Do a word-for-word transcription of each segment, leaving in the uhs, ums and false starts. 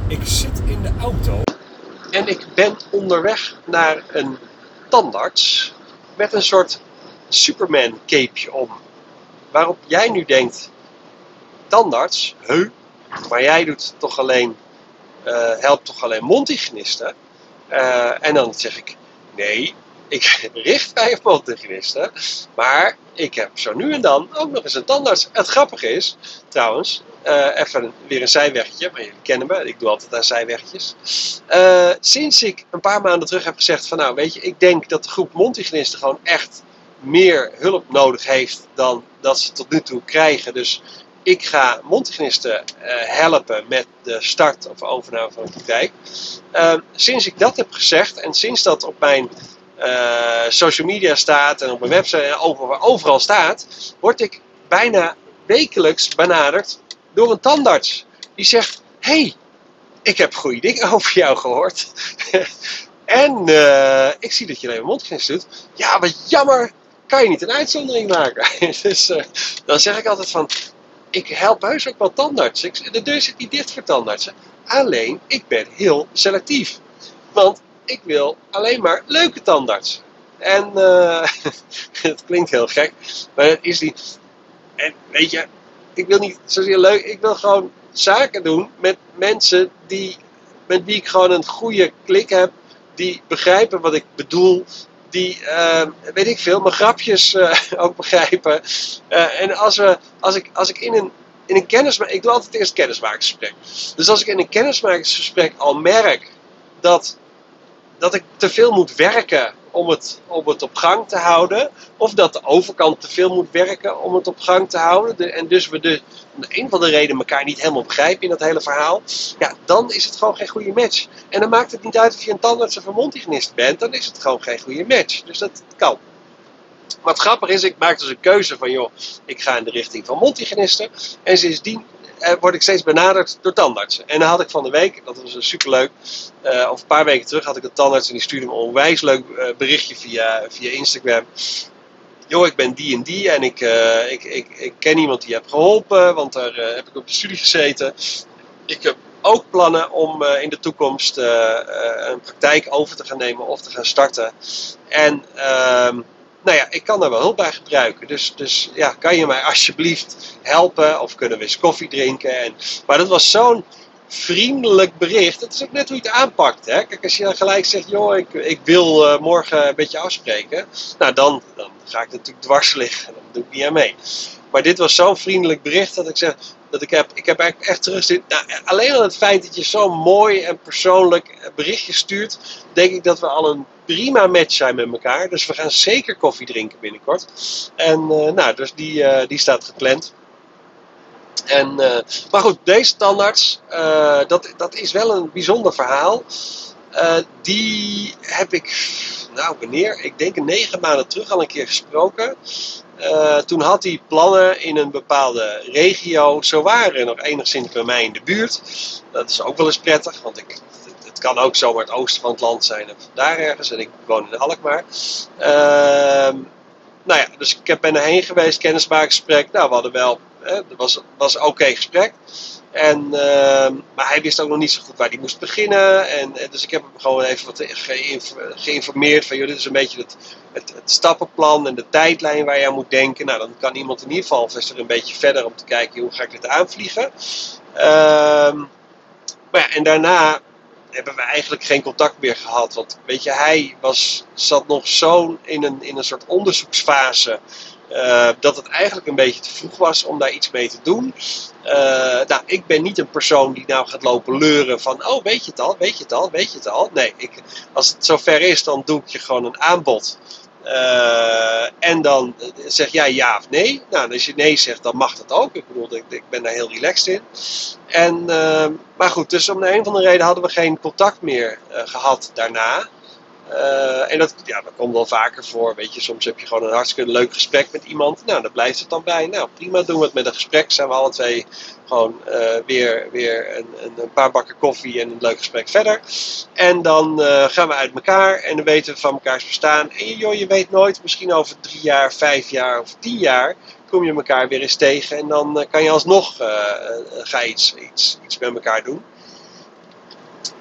Ik zit in de auto. En ik ben onderweg naar een tandarts met een soort Superman capeje om. Waarop jij nu denkt, tandarts, heu, maar jij doet toch alleen, uh, helpt toch alleen mondhygiënisten? Uh, en dan zeg ik, nee, ik richt mij op mondhygiënisten, maar ik heb zo nu en dan ook nog eens een tandarts. Het grappige is, trouwens, uh, even weer een zijweggetje, maar jullie kennen me, ik doe altijd aan zijweggetjes. Uh, sinds ik een paar maanden terug heb gezegd van, nou weet je, ik denk dat de groep mondhygiënisten gewoon echt meer hulp nodig heeft dan dat ze tot nu toe krijgen. Dus ik ga mondhygiënisten uh, helpen met de start of overname van de praktijk. Uh, sinds ik dat heb gezegd en sinds dat op mijn uh, social media staat en op mijn website en over, overal staat, word ik bijna wekelijks benaderd door een tandarts. Die zegt, hey, ik heb goede dingen over jou gehoord. en uh, ik zie dat je alleen mondhygiënist doet. Ja, wat jammer, kan je niet een uitzondering maken? dus uh, dan zeg ik altijd van, ik help heus ook wel tandartsen. De deur zit niet dicht voor tandartsen. Alleen, ik ben heel selectief. Want ik wil alleen maar leuke tandartsen. En uh, het klinkt heel gek, maar het is niet. En weet je, ik wil niet zozeer leuk. Ik wil gewoon zaken doen met mensen die, met wie ik gewoon een goede klik heb. Die begrijpen wat ik bedoel. Die, uh, weet ik veel, mijn grapjes uh, ook begrijpen. Uh, en als, we, als, ik, als ik in een, in een kennismaking... Ik doe altijd eerst een kennismakingsgesprek. Dus als ik in een kennismakingsgesprek al merk dat, dat ik te veel moet werken om het, om het op gang te houden. Of dat de overkant te veel moet werken om het op gang te houden. De, en dus we de, om een van de redenen elkaar niet helemaal begrijpen in dat hele verhaal. Ja, dan is het gewoon geen goede match. En dan maakt het niet uit of je een tandarts of een mondhygiënist bent. Dan is het gewoon geen goede match. Dus dat kan. Maar het grappige is, ik maak dus een keuze van, joh, ik ga in de richting van mondhygiënisten. En sindsdien eh, word ik steeds benaderd door tandartsen. En dan had ik van de week, dat was superleuk, uh, of een paar weken terug had ik een tandarts en die stuurde me een onwijs leuk uh, berichtje via, via Instagram. Joh, ik ben die en die en ik, uh, ik, ik, ik ken iemand die je hebt geholpen, want daar uh, heb ik op de studie gezeten. Ik heb ook plannen om uh, in de toekomst uh, uh, een praktijk over te gaan nemen of te gaan starten. En uh, nou ja, ik kan daar wel hulp bij gebruiken. Dus, dus ja, kan je mij alsjeblieft helpen of kunnen we eens koffie drinken? En, maar dat was zo'n vriendelijk bericht. Dat is ook net hoe je het aanpakt. Hè? Kijk, als je dan gelijk zegt, joh, ik, ik wil uh, morgen een beetje afspreken. Nou, dan, dan ga ik natuurlijk dwars liggen. Dan doe ik niet aan mee. Maar dit was zo'n vriendelijk bericht dat ik zeg, dat ik heb, ik heb eigenlijk echt terugzien. Nou, alleen al het feit dat je zo'n mooi en persoonlijk berichtje stuurt, denk ik dat we al een prima match zijn met elkaar. Dus we gaan zeker koffie drinken binnenkort. En uh, nou, dus die, uh, die staat gepland. En, uh, maar goed, deze tandarts, uh, dat, dat is wel een bijzonder verhaal. Uh, die heb ik, nou wanneer, ik denk een negen maanden terug al een keer gesproken. Uh, toen had hij plannen in een bepaalde regio. Zo waren er nog enigszins bij mij in de buurt. Dat is ook wel eens prettig, want ik, het, het kan ook zomaar het oosten van het land zijn of daar ergens. En ik woon in Alkmaar. Uh, nou ja, dus ik ben erheen geweest, kennismakingsgesprek. Nou, we hadden wel, hè, het was, was een oké gesprek. En, uh, maar hij wist ook nog niet zo goed waar hij moest beginnen. En, en dus ik heb hem gewoon even wat geïnformeerd van, joh, dit is een beetje het, het, het stappenplan en de tijdlijn waar je aan moet denken. Nou, dan kan iemand in ieder geval vast er een beetje verder om te kijken, hoe ga ik dit aanvliegen. Uh, maar ja, en daarna hebben we eigenlijk geen contact meer gehad. Want weet je, hij was, zat nog zo in een, in een soort onderzoeksfase. Uh, dat het eigenlijk een beetje te vroeg was om daar iets mee te doen. Uh, nou, ik ben niet een persoon die nou gaat lopen leuren van, oh, weet je het al, weet je het al, weet je het al. Nee, ik, als het zover is, dan doe ik je gewoon een aanbod. Uh, en dan zeg jij ja of nee. Nou, als je nee zegt, dan mag dat ook. Ik bedoel, ik, ik ben daar heel relaxed in. En, uh, maar goed, dus om een van de redenen hadden we geen contact meer uh, gehad daarna. Uh, en dat, ja, dat komt wel vaker voor, weet je, soms heb je gewoon een hartstikke leuk gesprek met iemand, nou, daar blijft het dan bij, nou, prima, doen we het met een gesprek, zijn we alle twee gewoon uh, weer, weer een, een paar bakken koffie en een leuk gesprek verder, en dan uh, gaan we uit elkaar en dan weten we van elkaars bestaan, en joh, je weet nooit, misschien over drie jaar, vijf jaar of tien jaar, kom je elkaar weer eens tegen en dan uh, kan je alsnog uh, uh, ga iets, iets, iets met elkaar doen.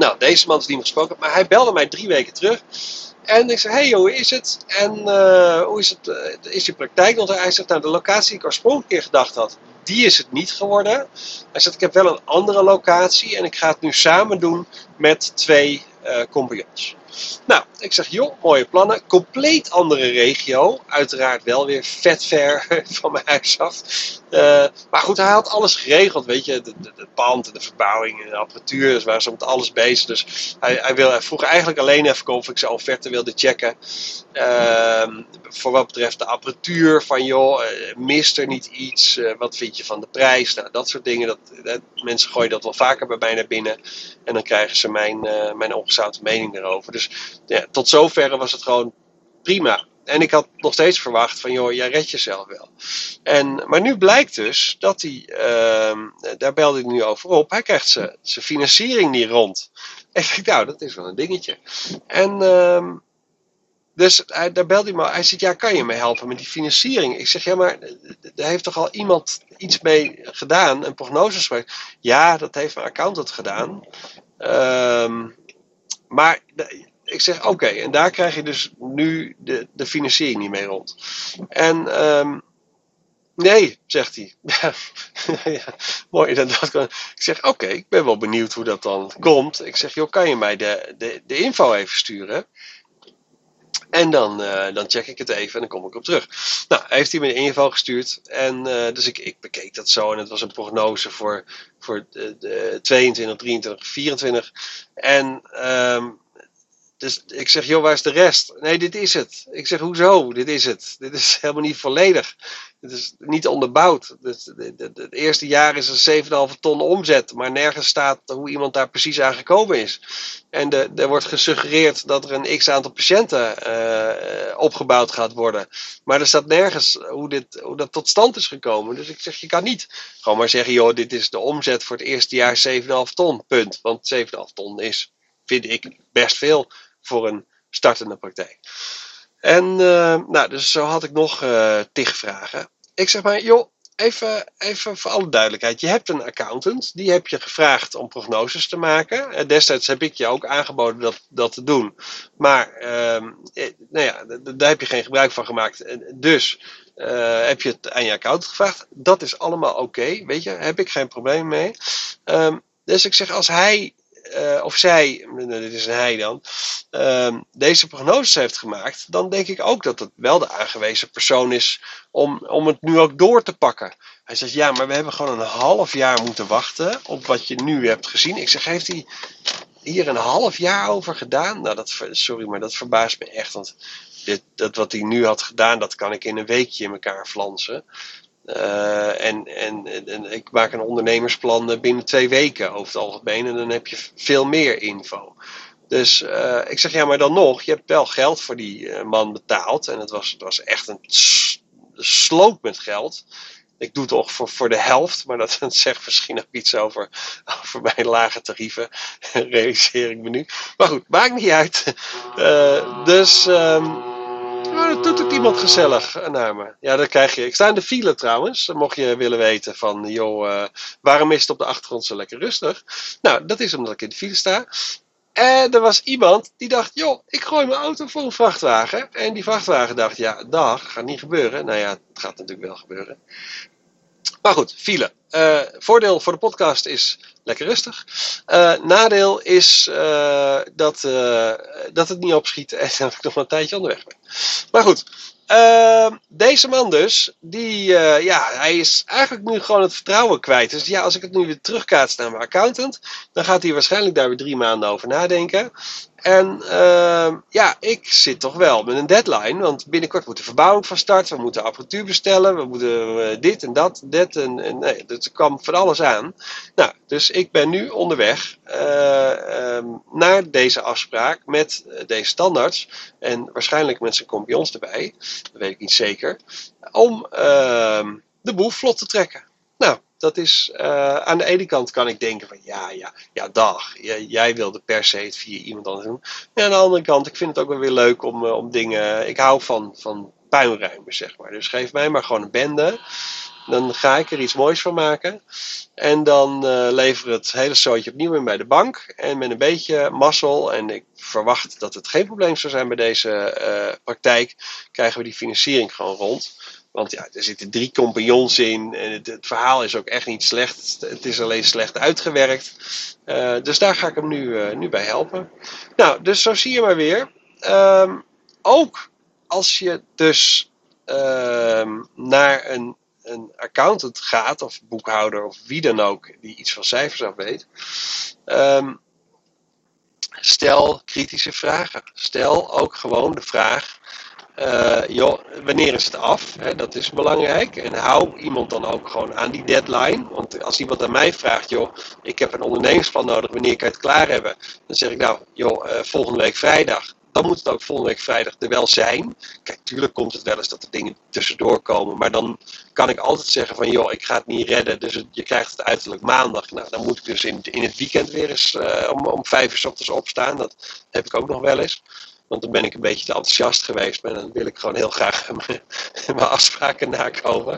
Nou, deze man is niet meer gesproken, maar hij belde mij drie weken terug. En ik zei, hey joh, hoe is het? En uh, hoe is het? Uh, is je praktijk nog? Hij zegt, nou de locatie die ik oorspronkelijk in gedacht had, die is het niet geworden. Hij zegt, ik heb wel een andere locatie en ik ga het nu samen doen met twee uh, compagnons. Nou, ik zeg, joh, mooie plannen. Compleet andere regio. Uiteraard wel weer vet ver van mijn huis af. Uh, maar goed, hij had alles geregeld, weet je. De, de, de pand, de verbouwing, de apparatuur. Dus waren ze met alles bezig. Dus hij, hij, wil, hij vroeg eigenlijk alleen even of ik zijn offerte wilde checken. Uh, voor wat betreft de apparatuur. Van joh, uh, mist er niet iets? Uh, wat vind je van de prijs? Nou, dat soort dingen. Dat, dat, mensen gooien dat wel vaker bij mij naar binnen. En dan krijgen ze mijn, uh, mijn ongezouten mening erover. Dus ja, tot zover was het gewoon prima. En ik had nog steeds verwacht van, joh, jij redt jezelf wel. En, maar nu blijkt dus dat hij, uh, daar belde ik nu over op, hij krijgt zijn financiering niet rond. En ik dacht, nou, dat is wel een dingetje. En uh, dus hij, daar belde hij me, hij zegt, ja, kan je me helpen met die financiering? Ik zeg, ja, maar daar heeft toch al iemand iets mee gedaan, een prognoses gemaakt? Ja, dat heeft mijn accountant gedaan. Uh, maar ik zeg, oké, okay, en daar krijg je dus nu de, de financiering niet mee rond. En um, nee, zegt hij. Ja, mooi dat dat kan. Ik zeg, oké, okay, ik ben wel benieuwd hoe dat dan komt. Ik zeg, joh, kan je mij de, de, de info even sturen? En dan, uh, dan check ik het even en dan kom ik op terug. Nou, heeft hij me de info gestuurd. En uh, dus ik, ik bekeek dat zo. En het was een prognose voor, voor de, de tweeëntwintig, drieëntwintig, vierentwintig. En um, dus ik zeg, joh, waar is de rest? Nee, dit is het. Ik zeg, hoezo? Dit is het. Dit is helemaal niet volledig. Dit is niet onderbouwd. Het, het, het, het eerste jaar is er zeven komma vijf ton omzet. Maar nergens staat hoe iemand daar precies aan gekomen is. En de, er wordt gesuggereerd dat er een x-aantal patiënten uh, opgebouwd gaat worden. Maar er staat nergens hoe, dit, hoe dat tot stand is gekomen. Dus ik zeg, je kan niet gewoon maar zeggen, joh, dit is de omzet voor het eerste jaar zeven komma vijf ton. Punt. Want zeven komma vijf ton is, vind ik, best veel voor een startende praktijk. En uh, nou, dus zo had ik nog uh, tig vragen. Ik zeg maar, joh, even, even voor alle duidelijkheid. Je hebt een accountant, die heb je gevraagd om prognoses te maken. En destijds heb ik je ook aangeboden dat, dat te doen. Maar uh, nou ja, daar heb je geen gebruik van gemaakt. Dus uh, heb je het aan je accountant gevraagd. Dat is allemaal oké, okay, weet je, heb ik geen probleem mee. Um, dus ik zeg, als hij Uh, of zij, dit is een hij dan, uh, deze prognoses heeft gemaakt, dan denk ik ook dat het wel de aangewezen persoon is om, om het nu ook door te pakken. Hij zegt, ja, maar we hebben gewoon een half jaar moeten wachten op wat je nu hebt gezien. Ik zeg, heeft hij hier een half jaar over gedaan? Nou, dat, sorry, maar dat verbaast me echt, want dit, dat wat hij nu had gedaan, dat kan ik in een weekje in elkaar flansen. Uh, en, en, en ik maak een ondernemersplan binnen twee weken over het algemeen en dan heb je veel meer info. Dus uh, ik zeg, ja, maar dan nog, je hebt wel geld voor die uh, man betaald en het was, het was echt een sloot met geld. Ik doe het toch voor, voor de helft, maar dat, dat zegt misschien ook iets over, over mijn lage tarieven, realiseer ik me nu. Maar goed, maakt niet uit. Uh, dus... Um, Oh, dat doet ook iemand gezellig naar me. Ja, dat krijg je. Ik sta in de file trouwens. Mocht je willen weten van, joh, uh, waarom is het op de achtergrond zo lekker rustig? Nou, dat is omdat ik in de file sta. En er was iemand die dacht, joh, ik gooi mijn auto voor een vrachtwagen. En die vrachtwagen dacht, ja, dag, gaat niet gebeuren. Nou ja, het gaat natuurlijk wel gebeuren. Maar goed, file. Uh, voordeel voor de podcast is lekker rustig. Uh, nadeel is uh, dat, uh, dat het niet opschiet en dat ik nog een tijdje onderweg ben. Maar goed, uh, deze man dus, die, uh, ja, hij is eigenlijk nu gewoon het vertrouwen kwijt. Dus ja, als ik het nu weer terugkaats naar mijn accountant, dan gaat hij waarschijnlijk daar weer drie maanden over nadenken. En uh, ja, ik zit toch wel met een deadline, want binnenkort moet de verbouwing van start, we moeten apparatuur bestellen, we moeten uh, dit en dat, dit en, en nee, er kwam van alles aan. Nou, dus ik ben nu onderweg uh, um, naar deze afspraak met uh, deze standaards en waarschijnlijk met zijn compagnons erbij, dat weet ik niet zeker, om uh, de boel vlot te trekken. Nou, dat is, uh, aan de ene kant kan ik denken van ja, ja, ja dag, jij, jij wilde per se het via iemand anders doen. En aan de andere kant, ik vind het ook wel weer leuk om, uh, om dingen, ik hou van, van puinruimen zeg maar. Dus geef mij maar gewoon een bende. Dan ga ik er iets moois van maken. En dan uh, leveren we het hele zootje opnieuw in bij de bank. En met een beetje mazzel, en ik verwacht dat het geen probleem zou zijn bij deze uh, praktijk, krijgen we die financiering gewoon rond. Want ja, er zitten drie compagnons in. En het, het verhaal is ook echt niet slecht. Het is alleen slecht uitgewerkt. Uh, dus daar ga ik hem nu, uh, nu bij helpen. Nou, dus zo zie je maar weer. Um, ook als je dus um, naar een, een accountant gaat, of boekhouder, of wie dan ook, die iets van cijfers af weet. Um, stel kritische vragen. Stel ook gewoon de vraag. Uh, joh, wanneer is het af? Hè, dat is belangrijk. En hou iemand dan ook gewoon aan die deadline. Want als iemand aan mij vraagt, joh, ik heb een ondernemingsplan nodig, wanneer kan je het klaar hebben? Dan zeg ik, nou, joh, uh, volgende week vrijdag. Dan moet het ook volgende week vrijdag er wel zijn. Kijk, tuurlijk komt het wel eens dat er dingen tussendoor komen. Maar dan kan ik altijd zeggen van, joh, ik ga het niet redden. Dus het, je krijgt het uiterlijk maandag. Nou, dan moet ik dus in, in het weekend weer eens uh, om, om vijf uur 's ochtends opstaan. Dat heb ik ook nog wel eens. Want dan ben ik een beetje te enthousiast geweest. Maar dan wil ik gewoon heel graag mijn afspraken nakomen.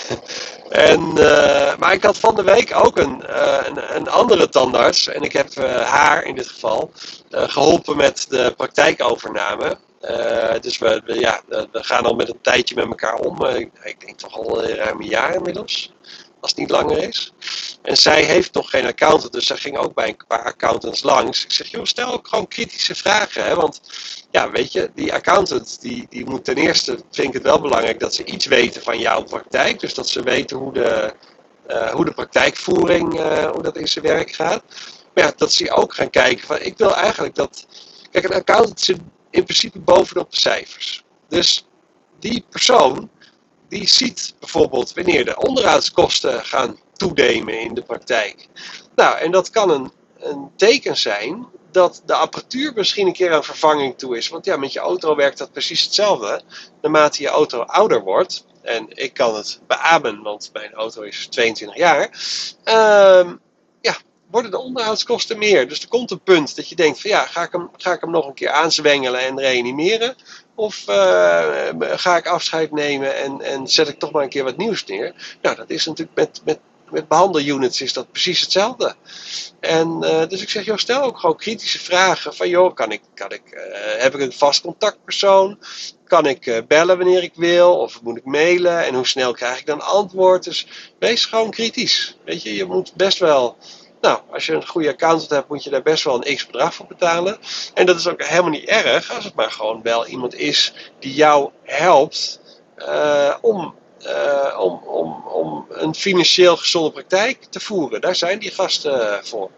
En, uh, maar ik had van de week ook een, uh, een, een andere tandarts. En ik heb uh, haar in dit geval uh, geholpen met de praktijkovername. Uh, dus we, we, ja, we gaan al met een tijdje met elkaar om. Uh, ik denk toch al ruim een jaar inmiddels. Als het niet langer is. En zij heeft nog geen accountant, dus zij ging ook bij een paar accountants langs. Ik zeg, joh, stel ook gewoon kritische vragen. Hè? Want ja, weet je, die accountant, die, die moet ten eerste, vind ik het wel belangrijk, dat ze iets weten van jouw praktijk. Dus dat ze weten hoe de, uh, hoe de praktijkvoering, uh, hoe dat in zijn werk gaat. Maar ja, dat ze ook gaan kijken van, ik wil eigenlijk dat... Kijk, een accountant zit in principe bovenop de cijfers. Dus die persoon... Die ziet bijvoorbeeld wanneer de onderhoudskosten gaan toenemen in de praktijk. Nou, en dat kan een, een teken zijn dat de apparatuur misschien een keer aan vervanging toe is. Want ja, met je auto werkt dat precies hetzelfde. Naarmate je auto ouder wordt, en ik kan het beamen, want mijn auto is tweeëntwintig jaar. Uh, ja, worden de onderhoudskosten meer. Dus er komt een punt dat je denkt van ja, ga ik hem, ga ik hem nog een keer aanzwengelen en reanimeren? Of uh, ga ik afscheid nemen en, en zet ik toch maar een keer wat nieuws neer? Nou, dat is natuurlijk met, met, met behandelunits is dat precies hetzelfde. En uh, dus ik zeg, joh, stel ook gewoon kritische vragen. Van joh, kan ik, kan ik, uh, heb ik een vast contactpersoon? Kan ik uh, bellen wanneer ik wil? Of moet ik mailen? En hoe snel krijg ik dan antwoord? Dus wees gewoon kritisch. Weet je, je moet best wel... Nou, als je een goede accountant hebt, moet je daar best wel een x-bedrag voor betalen. En dat is ook helemaal niet erg, als het maar gewoon wel iemand is die jou helpt uh, om, uh, om, om, om een financieel gezonde praktijk te voeren. Daar zijn die gasten uh, voor.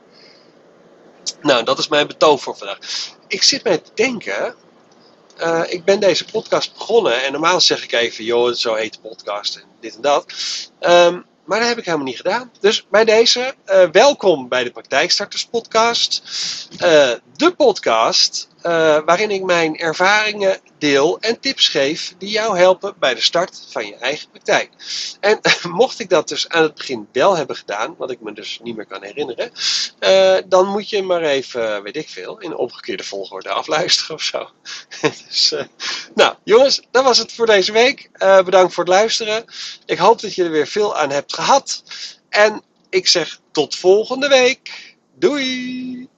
Nou, dat is mijn betoog voor vandaag. Ik zit mij te denken... Uh, ik ben deze podcast begonnen en normaal zeg ik even, joh, zo heet de podcast en dit en dat. Um, Maar dat heb ik helemaal niet gedaan. Dus bij deze, uh, welkom bij de Praktijkstarters podcast. Uh, de podcast uh, waarin ik mijn ervaringen deel en tips geef die jou helpen bij de start van je eigen praktijk. En mocht ik dat dus aan het begin wel hebben gedaan, wat ik me dus niet meer kan herinneren, uh, dan moet je maar even, weet ik veel, in omgekeerde volgorde afluisteren of zo. dus, uh, nou jongens, dat was het voor deze week. Uh, bedankt voor het luisteren. Ik hoop dat je er weer veel aan hebt gehad. En ik zeg tot volgende week. Doei!